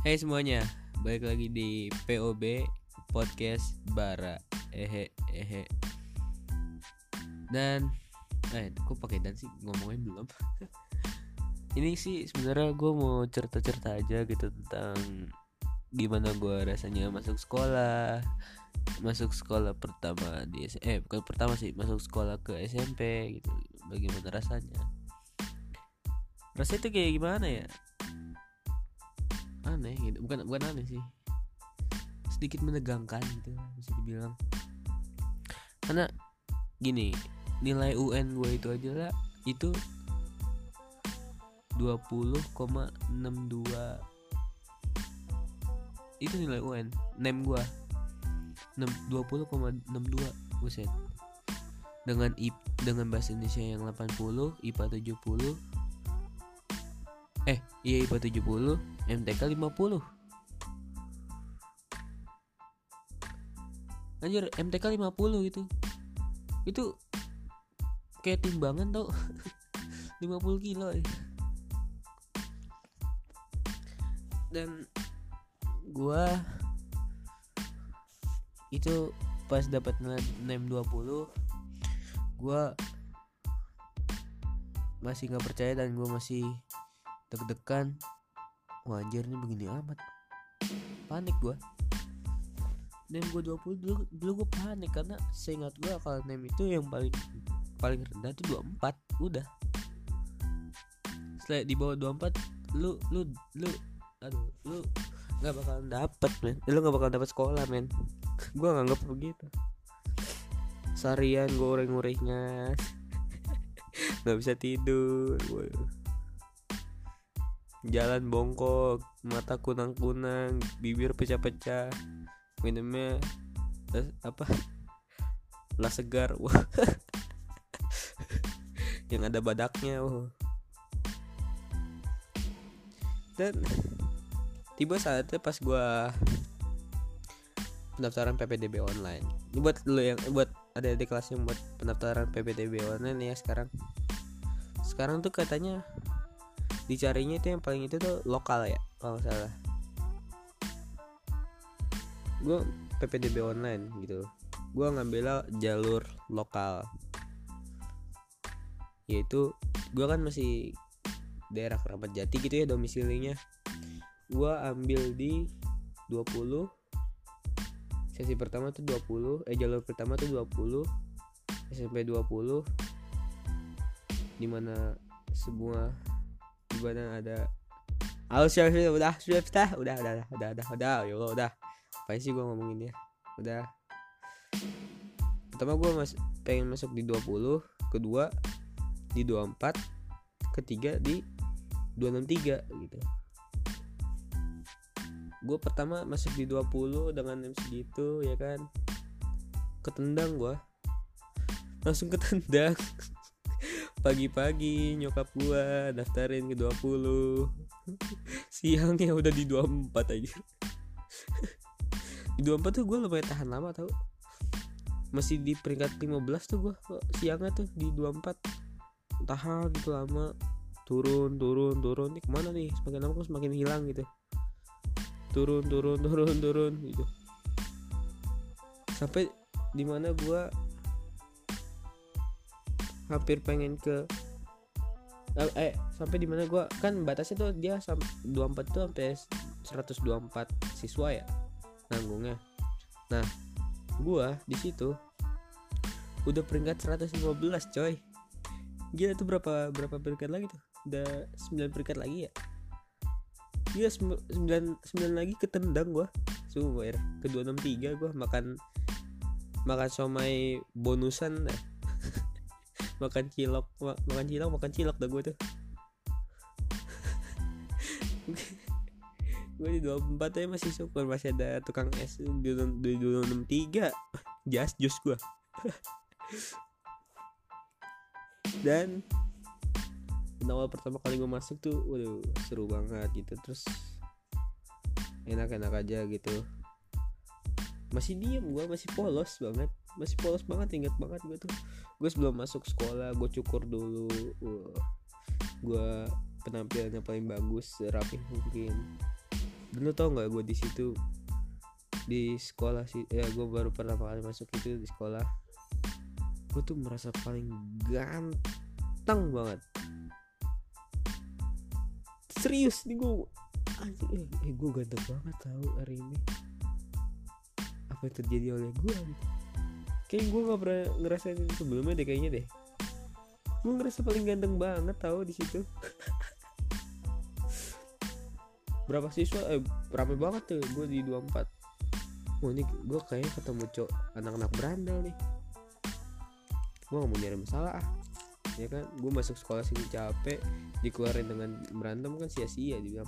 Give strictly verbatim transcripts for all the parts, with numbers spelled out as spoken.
Hai semuanya, balik lagi di P O B Podcast Bara. Ehe ehe. Dan eh kok pakai dan sih ngomongin belum. Ini sih sebenarnya gue mau cerita-cerita aja gitu tentang gimana gue rasanya masuk sekolah, masuk sekolah pertama di S- eh bukan pertama sih, masuk sekolah ke S M P gitu. Bagaimana rasanya? Rasanya itu kayak gimana ya? Aneh gitu, bukan bukan aneh sih, sedikit menegangkan gitu bisa dibilang. Karena gini, nilai U N gue itu aja lah itu dua puluh koma enam dua. Itu nilai U N nem gue dua puluh koma enam dua. Buset. Dengan I P, dengan bahasa Indonesia yang delapan puluh, I P A tujuh puluh. Eh, iya I P A tujuh puluh, M T K lima puluh. Anjir, M T K lima puluh gitu. Itu kayak timbangan tau. lima puluh kilo ya. Dan gua itu pas dapat nem dua puluh, gua masih nggak percaya dan gua masih deg-degan. Wah anjir, ini begini amat. Panik gua. Nem gua dua puluh dulu, dulu gua panik karena seingat gua kalau nem itu yang paling paling rendah itu dua puluh empat udah. Setelah di bawah dua puluh empat lu lu lu aduh lu nggak bakalan dapet men, lu nggak bakalan dapet sekolah men. Gue nganggap begitu. Seharian gue ngurih-ngurihnya, nggak bisa tidur, waduh. Jalan bongkok, mata kunang-kunang, bibir pecah-pecah, minumnya eh, apa lah segar, wah. Yang ada badaknya, wah. Dan tiba saatnya pas gue pendaftaran P P D B online. Ini buat lo yang buat ada di kelas yang buat pendaftaran P P D B online ya sekarang. Sekarang tuh katanya dicarinya itu yang paling itu tuh lokal ya, kalau nggak salah. Gue P P D B online gitu. Gue ngambil jalur lokal. Yaitu gue kan masih daerah Keramat Jati gitu ya domisilinya. Gue ambil di dua puluh. Sesi pertama tuh dua puluh, eh jalur pertama tuh dua puluh, S M P dua puluh, dimana semua dimana ada Alus ya udah sudah udah udah udah udah udah udah ya Allah udah apa sih gue ngomongin ya udah. Pertama gue mas pengen masuk di dua puluh, kedua di dua puluh empat, ketiga di dua enam tiga gitu. Gue pertama masuk di dua puluh dengan nem segitu ya kan, ketendang gue, langsung ketendang. Pagi-pagi nyokap gue daftarin ke dua puluh, siangnya udah di dua puluh empat aja. Di dua puluh empat tuh gue lumayan tahan lama tau, masih di peringkat lima belas tuh gue siangnya tuh di dua puluh empat, tahan gitu lama, turun turun turun, nih kemana nih, semakin lama kok semakin hilang gitu, turun turun turun turun gitu, sampai dimana gue hampir pengen ke eh, eh sampai dimana gue kan batasnya tuh dia dua puluh empat tuh sampai seratus dua puluh empat siswa ya nanggungnya. Nah gue di situ udah peringkat seratus lima belas coy, gila tuh berapa berapa peringkat lagi tuh, udah sembilan peringkat lagi ya. Iya sembilan, sembilan lagi ketendang gue. Sumpah ya, ke dua enam tiga gue makan makan somai bonusan dah. makan cilok makan cilok makan cilok dah gue tuh. Gue di dua puluh empat aja masih syukur masih ada tukang es di dua enam tiga. Jas jus gue. Dan awal pertama kali gue masuk tuh waduh seru banget gitu, terus enak-enak aja gitu. Masih diem gue, masih polos banget, masih polos banget, inget banget gue tuh. Gue sebelum masuk sekolah gue cukur dulu, uh, gue penampilannya paling bagus, serapi mungkin. Dan lu tau nggak, gue di situ di sekolah sih ya, gue baru pertama kali masuk itu di sekolah, gue tuh merasa paling ganteng banget, serius nih gue anjing, eh, eh gue ganteng banget tahu hari ini. Apa yang terjadi oleh gue gitu, kayak gue nggak pernah ngerasain itu sebelumnya deh kayaknya deh. Gue ngerasa paling ganteng banget tahu di situ. Berapa siswa eh rame banget tuh gue di dua puluh empat. Wah ini gue kayaknya ketemu cok anak-anak berandal nih. Gue gak mau nyari masalah ah, ya kan. Gue masuk sekolah sini capek, dikeluarin dengan berantem kan sia-sia dibilang.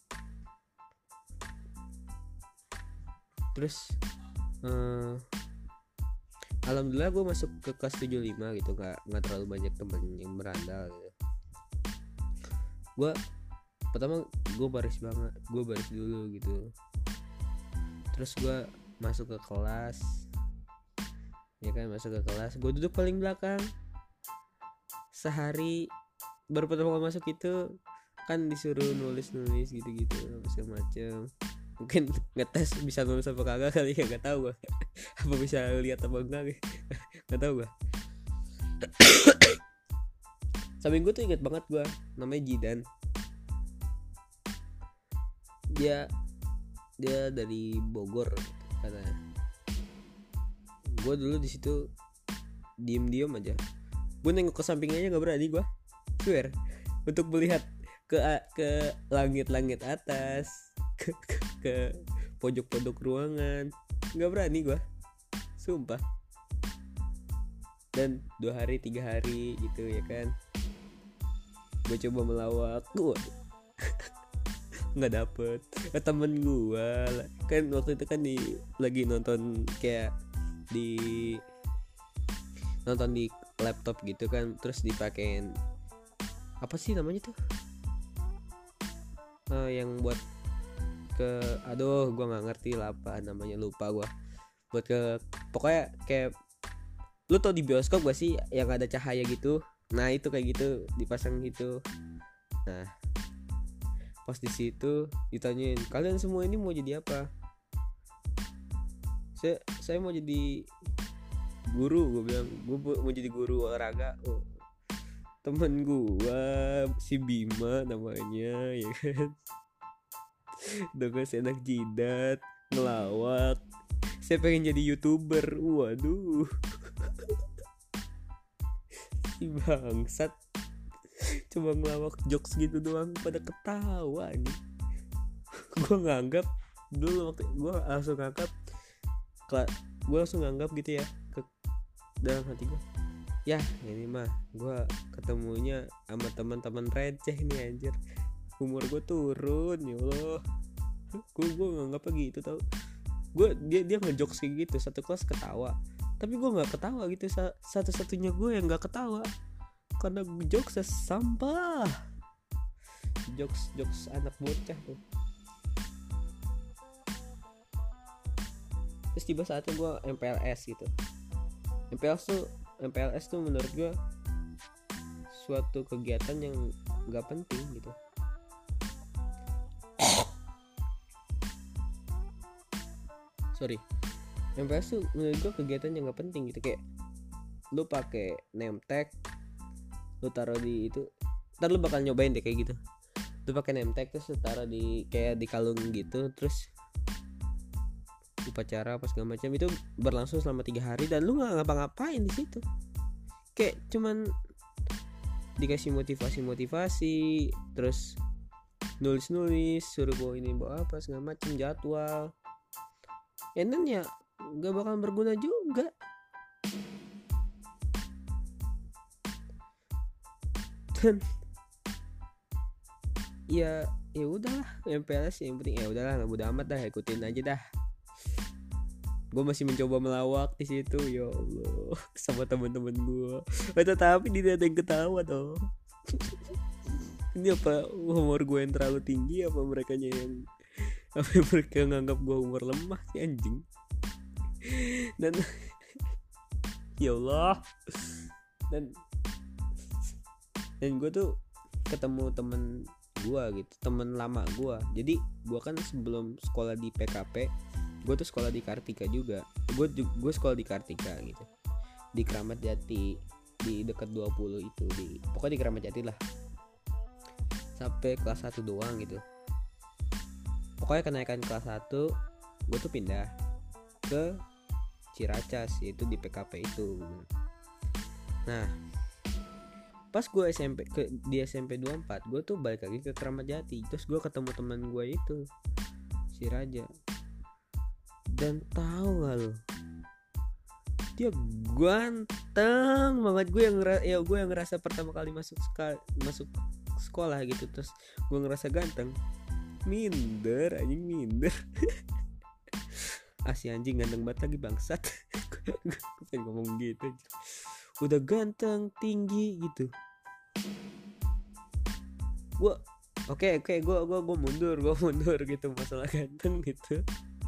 Terus eh, alhamdulillah gue masuk ke kelas tujuh puluh lima gitu, gak, gak terlalu banyak temen yang berandal gitu. Gue pertama gue baris banget, gue baris dulu gitu. Terus gue masuk ke kelas, ya kan, masuk ke kelas, gue duduk paling belakang. Sehari baru pertama kali masuk itu kan disuruh nulis-nulis gitu-gitu segala macem. Mungkin ngetes bisa nulis apa kagak kali ya, gak tahu gue. Apa bisa lihat apa enggak, gak tahu gue. Samping gue tuh inget banget gue, namanya Jidan. Dia dia dari Bogor gitu, katanya. Gue dulu di situ diem-diem aja. Gue nengok ke sampingnya nggak berani gue, swear, untuk melihat ke ke langit-langit atas, ke, ke, ke pojok-pojok ruangan, nggak berani gue, sumpah. Dan dua hari tiga hari gitu ya kan, gue coba melawak, gue nggak dapet. Eh, temen gue kan waktu itu kan di lagi nonton kayak di nonton di laptop gitu kan, terus dipakein apa sih namanya tuh, uh, yang buat ke aduh gue nggak ngerti lah apa namanya, lupa gue. Buat ke pokoknya kayak lu tau di bioskop gak sih yang ada cahaya gitu, nah itu kayak gitu dipasang gitu. Nah pas di situ ditanyain, kalian semua ini mau jadi apa? Saya saya mau jadi guru, gue bilang. Gue mau jadi guru olahraga. Oh, temen gue si Bima namanya, ya kan. Dengan enak jidat, ngelawak. Saya pengen jadi YouTuber. Waduh. Si bangsat cuma ngelawak jokes gitu doang, pada ketawa nih. Gue nganggap dulu waktu gue langsung nganggap gue langsung nganggap gitu ya, ke dalam hati gue, ya ini mah gue ketemunya sama teman-teman receh nih anjir, umur gue turun ya Allah. Gue gue nganggapnya gitu tau. Gue dia dia ngejokes kayak gitu, satu kelas ketawa, tapi gue nggak ketawa gitu. Satu-satunya gue yang nggak ketawa karena jokes sampah, jokes jokes anak bocah tuh. Terus tiba saatnya gue M P L S gitu. M P L S tuh M P L S tuh menurut gue suatu kegiatan yang nggak penting gitu. Sorry, M P L S tuh menurut gue kegiatan yang nggak penting gitu. Kayak lu pakai name tag, lu taruh di itu, ntar lu bakal nyobain deh kayak gitu. Lu pakai name tag terus lu taruh di kayak di kalung gitu, terus upacara apa segala macam itu berlangsung selama tiga hari dan lu nggak ngapa-ngapain di situ. Kayak cuman dikasih motivasi-motivasi, terus nulis-nulis, suruh bawa ini bawa apa segala macam, jadwal. And then ya nggak bakal berguna juga. Dan ya ya udahlah, M P L S yang penting ya udahlah, nggak bodo amat dah, ikutin aja dah. Gue masih mencoba melawak di situ, ya Allah, sama teman-teman gue. Tetapi tidak ada yang ketawa dong. Ini apa humor gue yang terlalu tinggi, apa mereka yang apa mereka nganggap gue humor lemah sih anjing. Dan ya Allah, dan dan gue tuh ketemu temen gua gitu, temen lama gua. Jadi gua kan sebelum sekolah di P K P, gua tuh sekolah di Kartika juga. Gua gua sekolah di Kartika gitu, di Kramat Jati, di dekat dua puluh itu, di pokoknya di Kramat Jati lah, sampai kelas satu doang gitu. Pokoknya kenaikan kelas satu gua tuh pindah ke Ciracas, yaitu di P K P itu. Nah, pas gue S M P ke di S M P dua puluh empat, gue tuh balik lagi ke Kramat Jati. Terus gue ketemu teman gue itu, si Raja. Dan tahu gak lo, dia ganteng banget. Gue yang ya gue yang ngerasa pertama kali masuk sekal, masuk sekolah gitu, terus gue ngerasa ganteng, minder anjing, minder. Asli anjing ganteng banget lagi bangsat. Gue pengen ngomong gitu, udah ganteng, tinggi gitu. Gue oke oke gue gue gue mundur gue mundur gitu masalah ganteng gitu.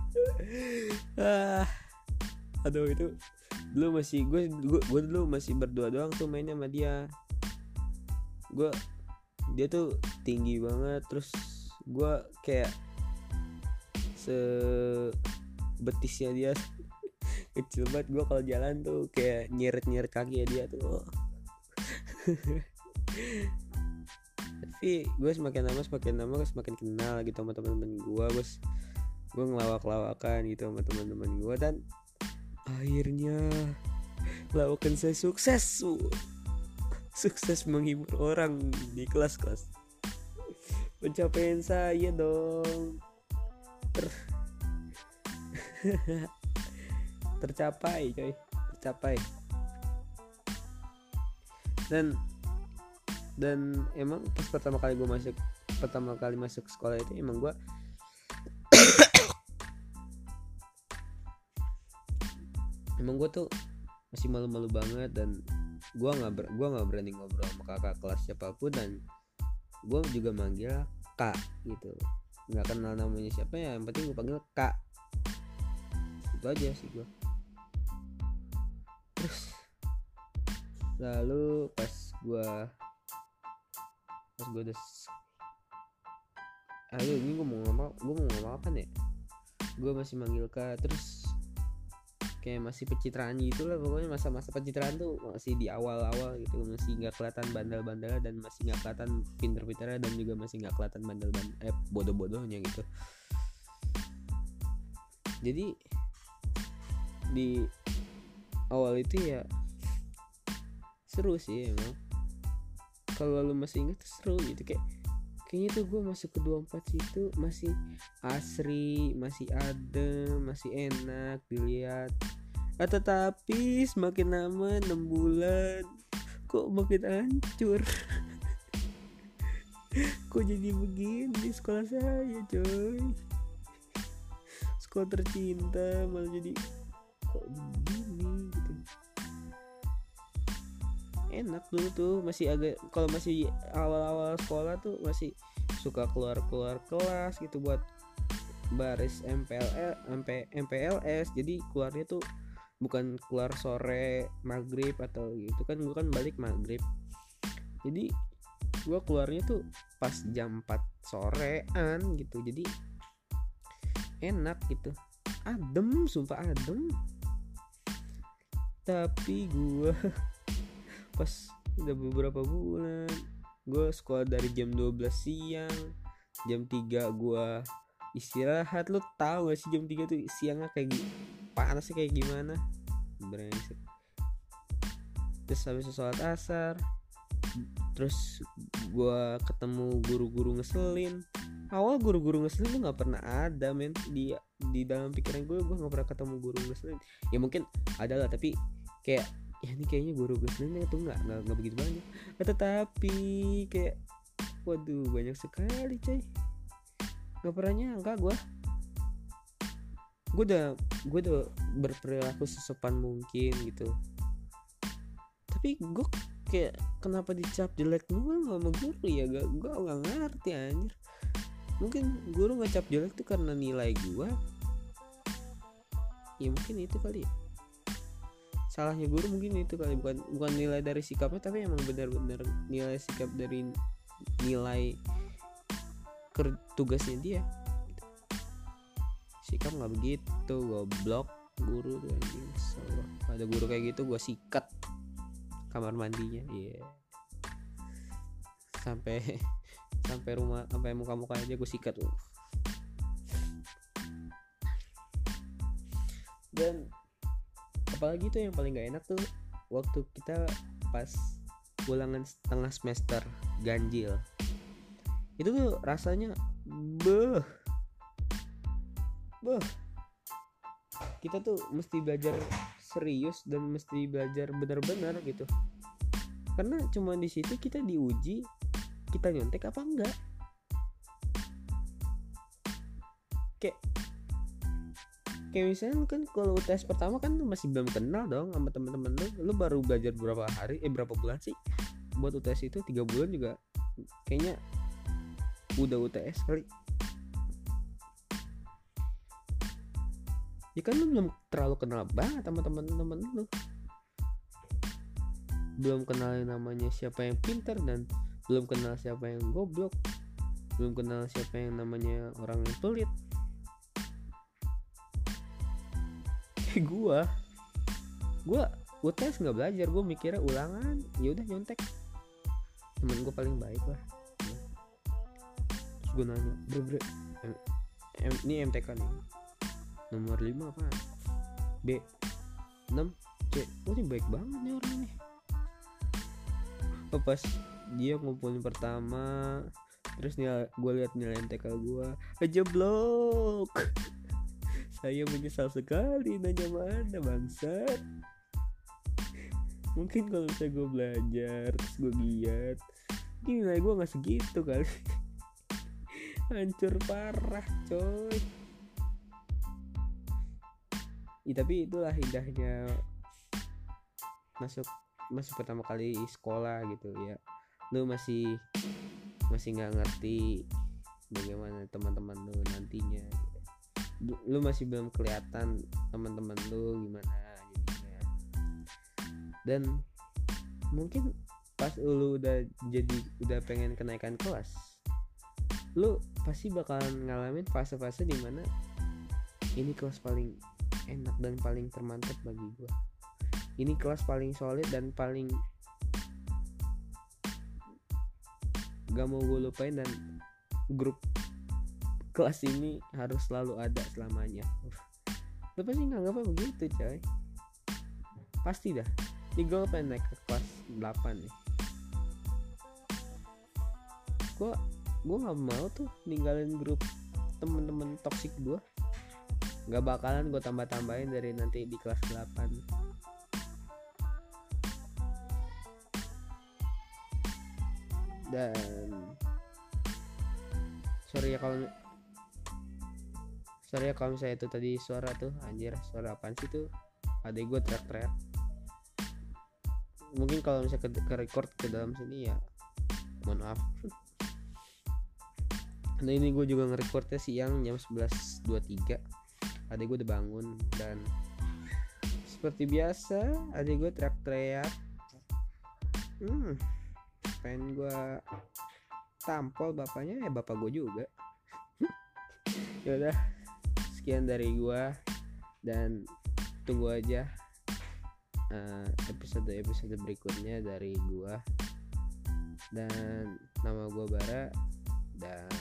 ah aduh itu dulu masih gue gue gue dulu masih berdua doang tuh mainnya sama dia. Gue dia tuh tinggi banget, terus gue kayak se betisnya dia kecil banget. Gue kalau jalan tuh kayak nyeret-nyeret kaki ya dia tuh. Tapi gue semakin lama semakin lama semakin kenal gitu sama teman-teman gue. Gue gue ngelawak-lawakan gitu sama teman-teman gue, dan akhirnya lawakan saya sukses. Sukses menghibur orang di kelas-kelas. Pencapaian saya dong ter tercapai coy, tercapai. Dan dan emang pas pertama kali gue masuk pertama kali masuk sekolah itu emang gue emang gue tuh masih malu-malu banget, dan gue nggak ber, gue nggak berani ngobrol sama kakak kelas siapapun, dan gue juga manggil kak gitu, nggak kenal namanya siapa ya, yang penting gue panggil kak. Itu aja sih gue. Terus lalu pas gue pas gue udah ayo ini gue mau ngomong gue mau ngomong apa nih, gue masih manggil kak. Terus kayak masih pencitraan gitu lah, pokoknya masa-masa pencitraan tuh masih di awal-awal gitu, masih nggak kelihatan bandel-bandel dan masih nggak kelihatan pinter-pinternya, dan juga masih nggak kelihatan bandel-bandel eh bodoh-bodohnya gitu. Jadi di awal itu ya seru sih emang, kalau lu masih ingat seru gitu. Kayak kayaknya tuh gue masuk ke dua puluh empat situ masih asri, masih adem, masih enak dilihat. Ah, tetapi semakin lama enam bulan kok makin hancur. Kok jadi begini sekolah saya coy, sekolah tercinta malah jadi kok begini gitu. Enak dulu tuh masih agak, kalau masih awal-awal sekolah tuh masih suka keluar-keluar kelas gitu buat baris M P L S, M P L S. Jadi keluarnya tuh bukan keluar sore maghrib atau gitu kan, gue kan balik maghrib. Jadi gue keluarnya tuh pas jam empat sorean gitu. Jadi enak gitu, adem, sumpah adem. Tapi gue pas udah beberapa bulan gue sekolah dari jam dua belas siang, jam tiga gue istirahat. Lu tahu gak sih jam tiga tuh siangnya kayak gini, panasnya kayak gimana, brengsek. Terus habis sholat asar, terus gue ketemu guru-guru ngeselin. Awal guru-guru ngeselin tuh nggak pernah ada men di di dalam pikiran gue. Gue nggak pernah ketemu guru ngeselin. Ya mungkin ada lah, tapi kayak ya ini kayaknya guru ngeselin itu nggak nggak nggak begitu banyak. Tetapi kayak waduh banyak sekali coy. Nggak pernah nyangka gue. Gue udah gue udah berperilaku sesopan mungkin gitu. Tapi gue kayak kenapa dicap jelek mulu sama guru ya, gak, gue gak ngerti anjir. Mungkin guru ngecap jelek tuh karena nilai gue. Ya mungkin itu kali ya, salahnya guru mungkin itu kali, bukan bukan nilai dari sikapnya, tapi emang benar-benar nilai sikap dari nilai ker- tugasnya dia. Sikap nggak begitu, goblok guru tuh anjing. Kesel. Ada guru kayak gitu gue sikat kamar mandinya, iya. Yeah. Sampai sampai rumah, sampai muka-muka aja gue sikat tuh. Dan apalagi tuh yang paling gak enak tuh waktu kita pas ulangan setengah semester ganjil. Itu tuh rasanya beuh. Beuh. Kita tuh mesti belajar serius dan mesti belajar benar-benar gitu. Karena cuma di situ kita diuji kita nyontek apa enggak. Kayak Kayak misalnya kan kalau U T S pertama kan lu masih belum kenal dong sama teman-teman lu. Lu baru belajar berapa hari, eh berapa bulan sih buat U T S itu? Tiga bulan juga kayaknya udah U T S kali. Ya kan lu belum terlalu kenal banget sama teman-teman lu. Belum kenal namanya siapa yang pintar dan belum kenal siapa yang goblok. Belum kenal siapa yang namanya orang yang pelit. Kayak gua Gua U T S gak belajar, gua mikirnya ulangan, ya udah nyontek. Temen gua paling baik lah. Terus gua nanya, bro bro M, M, ini M T K nih, nomor lima apaan? B enam C. Oh ini baik banget nih orang nih. Oh, pas dia ngumpulin pertama, terus nih gue lihat nilai M T K gue kejeblok. Saya menyesal sekali, nanya mana bangsat. Mungkin kalau misalnya gue belajar terus gue giat, mungkin nilai gue gak segitu kali. Hancur parah coy. Ya, tapi itulah indahnya masuk masuk pertama kali sekolah gitu ya. Lu masih masih nggak ngerti bagaimana teman-teman lu nantinya gitu. Lu masih belum kelihatan teman-teman lu gimana jadinya. Dan mungkin pas lu udah jadi udah pengen kenaikan kelas, lu pasti bakalan ngalamin fase-fase dimana ini kelas paling enak dan paling termantap bagi gua. Ini kelas paling solid dan paling gak mau gue lupain, dan grup kelas ini harus selalu ada selamanya. Lu pasti nganggapnya begitu coy. Pasti dah. Ini gue pengen naik ke kelas delapan nih. Gue gue gak mau tuh ninggalin grup temen-temen toksik gue. Gak bakalan gue tambah-tambahin dari nanti di kelas delapan. Dan sorry ya kalau sorry ya kalau misalnya itu tadi suara tuh anjir, suara apaan sih tuh? Adek gue teriak-teriak. Mungkin kalau misalnya ke, ke record ke dalam sini ya mohon maaf. Nah ini gue juga nge-recordnya siang jam sebelas dua puluh tiga. Adek gue udah bangun dan seperti biasa adek gue teriak-teriak. Hmm pengen gue tampol bapaknya, ya bapak gue juga. Yaudah, sekian dari gue, dan tunggu aja uh, episode-episode berikutnya dari gue. Dan nama gue Bara, dan